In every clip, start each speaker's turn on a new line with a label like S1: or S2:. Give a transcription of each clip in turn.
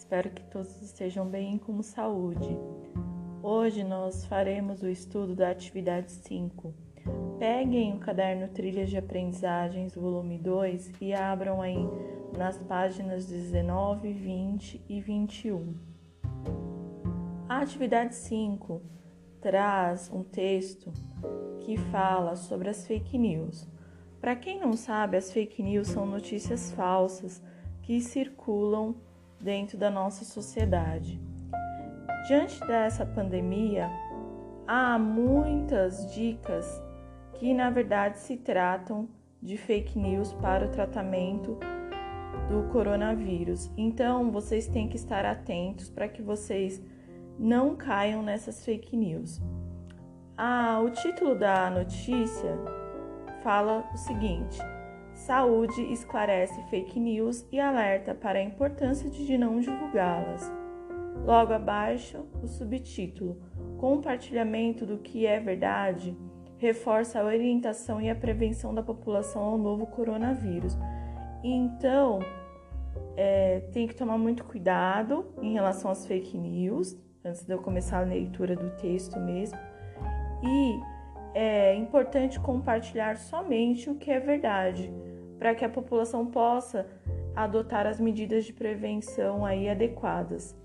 S1: Espero que todos estejam bem e com saúde. Hoje nós faremos o estudo da atividade 5. Peguem o caderno Trilhas de Aprendizagens, volume 2 e abram aí nas páginas 19, 20 e 21. A atividade 5 traz um texto que fala sobre as fake news. Para quem não sabe, as fake news são notícias falsas que circulam dentro da nossa sociedade. Diante dessa pandemia, há muitas dicas que, na verdade, se tratam de fake news para o tratamento do coronavírus. Então, vocês têm que estar atentos para que vocês não caiam nessas fake news. O título da notícia fala o seguinte: Saúde esclarece fake news e alerta para a importância de não divulgá-las. Logo abaixo, o subtítulo: Compartilhamento do que é verdade reforça a orientação e a prevenção da população ao novo coronavírus. Então, tem que tomar muito cuidado em relação às fake news, antes de eu começar a leitura do texto mesmo. E é importante compartilhar somente o que é verdade, para que a população possa adotar as medidas de prevenção aí adequadas.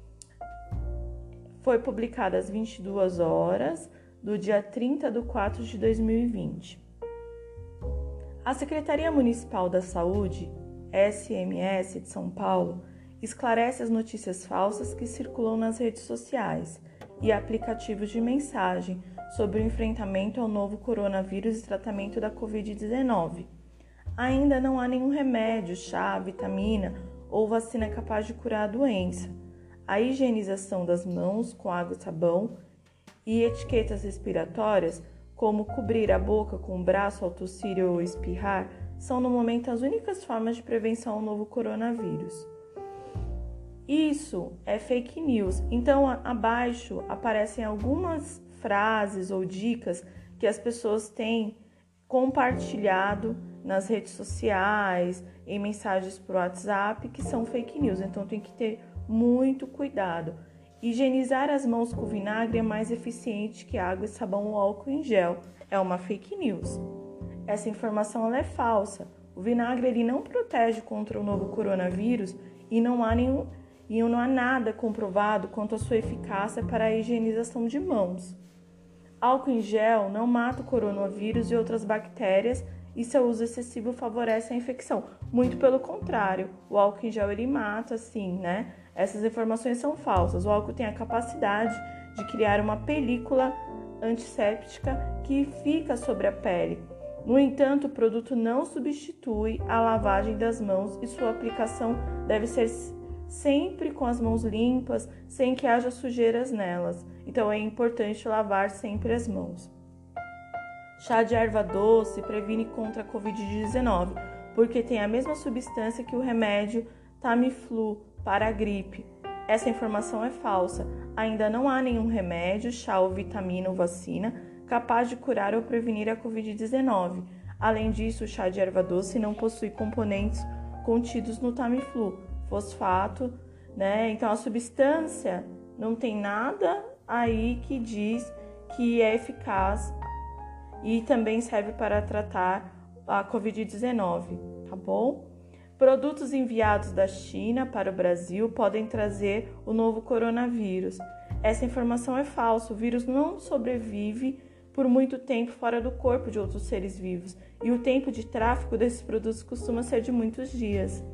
S1: Foi publicada às 22 horas do dia 30/4 de 2020. A Secretaria Municipal da Saúde, SMS de São Paulo, esclarece as notícias falsas que circulam nas redes sociais e aplicativos de mensagem sobre o enfrentamento ao novo coronavírus e tratamento da Covid-19. Ainda não há nenhum remédio, chá, vitamina ou vacina capaz de curar a doença. A higienização das mãos com água e sabão e etiquetas respiratórias, como cobrir a boca com o braço ao tossir ou espirrar, são no momento as únicas formas de prevenção ao novo coronavírus. Isso é fake news. Então, abaixo aparecem algumas frases ou dicas que as pessoas têm compartilhado nas redes sociais, em mensagens por WhatsApp, que são fake news. Então, tem que ter muito cuidado. Higienizar as mãos com vinagre é mais eficiente que água e sabão ou álcool em gel. É uma fake news. Essa informação ela é falsa. O vinagre ele não protege contra o novo coronavírus e não há nada comprovado quanto à sua eficácia para a higienização de mãos. Álcool em gel não mata o coronavírus e outras bactérias e seu uso excessivo favorece a infecção. Muito pelo contrário, o álcool em gel ele mata, sim, né? Essas informações são falsas. O álcool tem a capacidade de criar uma película antisséptica que fica sobre a pele. No entanto, o produto não substitui a lavagem das mãos e sua aplicação deve ser sempre com as mãos limpas, sem que haja sujeiras nelas. Então é importante lavar sempre as mãos. Chá de erva doce previne contra a Covid-19, porque tem a mesma substância que o remédio Tamiflu para a gripe. Essa informação é falsa. Ainda não há nenhum remédio, chá ou vitamina ou vacina capaz de curar ou prevenir a Covid-19. Além disso, o chá de erva doce não possui componentes contidos no Tamiflu, fosfato, né? Então a substância não tem nada aí que diz que é eficaz e também serve para tratar a Covid-19, tá bom? Produtos enviados da China para o Brasil podem trazer o novo coronavírus. Essa informação é falsa. O vírus não sobrevive por muito tempo fora do corpo de outros seres vivos e o tempo de tráfico desses produtos costuma ser de muitos dias.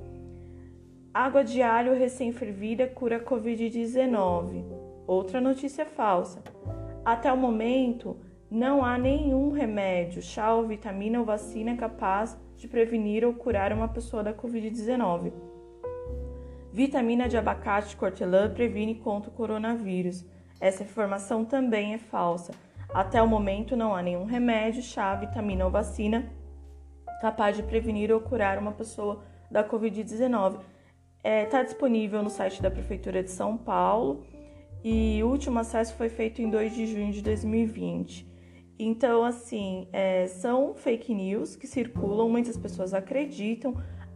S1: Água de alho recém-fervida cura a Covid-19. Outra notícia falsa. Até o momento, não há nenhum remédio, chá ou vitamina ou vacina capaz de prevenir ou curar uma pessoa da Covid-19. Vitamina de abacate de hortelã previne contra o coronavírus. Essa informação também é falsa. Até o momento, não há nenhum remédio, chá, vitamina ou vacina capaz de prevenir ou curar uma pessoa da Covid-19. Está disponível no site da Prefeitura de São Paulo e o último acesso foi feito em 2 de junho de 2020. Então, assim, são fake news que circulam, muitas pessoas acreditam,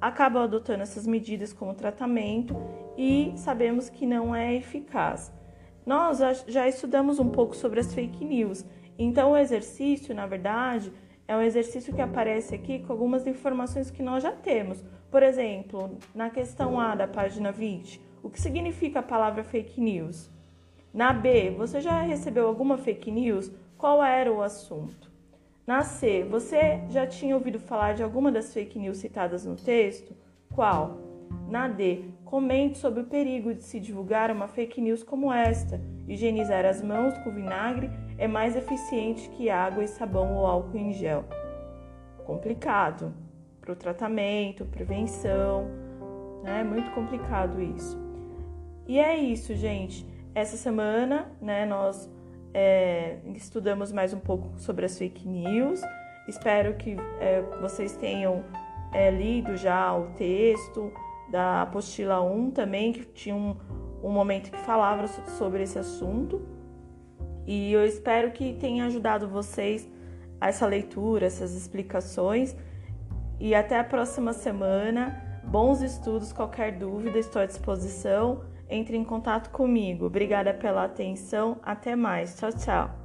S1: acabam adotando essas medidas como tratamento e sabemos que não é eficaz. Nós já estudamos um pouco sobre as fake news, então o exercício, na verdade, é um exercício que aparece aqui com algumas informações que nós já temos. Por exemplo, na questão A da página 20, o que significa a palavra fake news? Na B, você já recebeu alguma fake news? Qual era o assunto? Na C, você já tinha ouvido falar de alguma das fake news citadas no texto? Qual? Na D, comente sobre o perigo de se divulgar uma fake news como esta. Higienizar as mãos com vinagre é mais eficiente que água e sabão ou álcool em gel. Complicado. Para o tratamento, prevenção, é muito complicado isso. E é isso, gente. Essa semana, nós estudamos mais um pouco sobre as fake news. Espero que vocês tenham lido já o texto da apostila 1 também, que tinha um momento que falava sobre esse assunto. E eu espero que tenha ajudado vocês a essa leitura, essas explicações. E até a próxima semana. Bons estudos. Qualquer dúvida, estou à disposição. Entre em contato comigo. Obrigada pela atenção. Até mais. Tchau, tchau.